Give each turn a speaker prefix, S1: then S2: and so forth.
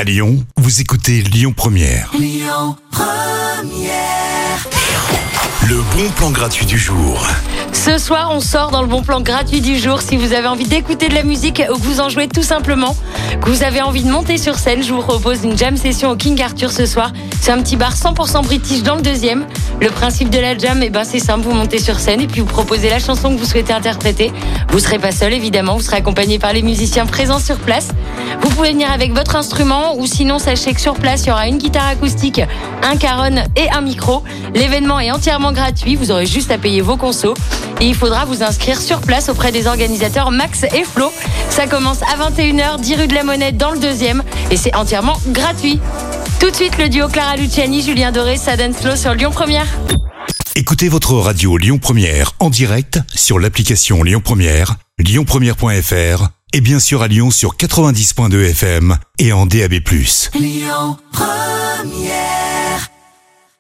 S1: À Lyon, vous écoutez Lyon Première.
S2: Lyon Première.
S1: Le bon plan gratuit du jour.
S3: Ce soir, on sort dans le bon plan gratuit du jour. Si vous avez envie d'écouter de la musique ou que vous en jouez tout simplement, que vous avez envie de monter sur scène, je vous propose une jam session au King Arthur ce soir. C'est un petit bar 100% british dans le 2e. Le principe de la jam, c'est simple, vous montez sur scène et puis vous proposez la chanson que vous souhaitez interpréter. Vous serez pas seul évidemment, vous serez accompagné par les musiciens présents sur place. Vous pouvez venir avec votre instrument ou sinon sachez que sur place, il y aura une guitare acoustique, un caron et un micro. L'événement est entièrement gratuit, vous aurez juste à payer vos consos. Et il faudra vous inscrire sur place auprès des organisateurs Max et Flo. Ça commence à 21h, 10 rue de la Monnaie dans le 2e et c'est entièrement gratuit. Tout de suite, le duo Clara Luciani, Julien Doré, Sad & Slow sur Lyon Première.
S1: Écoutez votre radio Lyon Première en direct sur l'application Lyon Première, lyonpremière.fr et bien sûr à Lyon sur 90.2 FM et en DAB+.
S2: Lyon Première.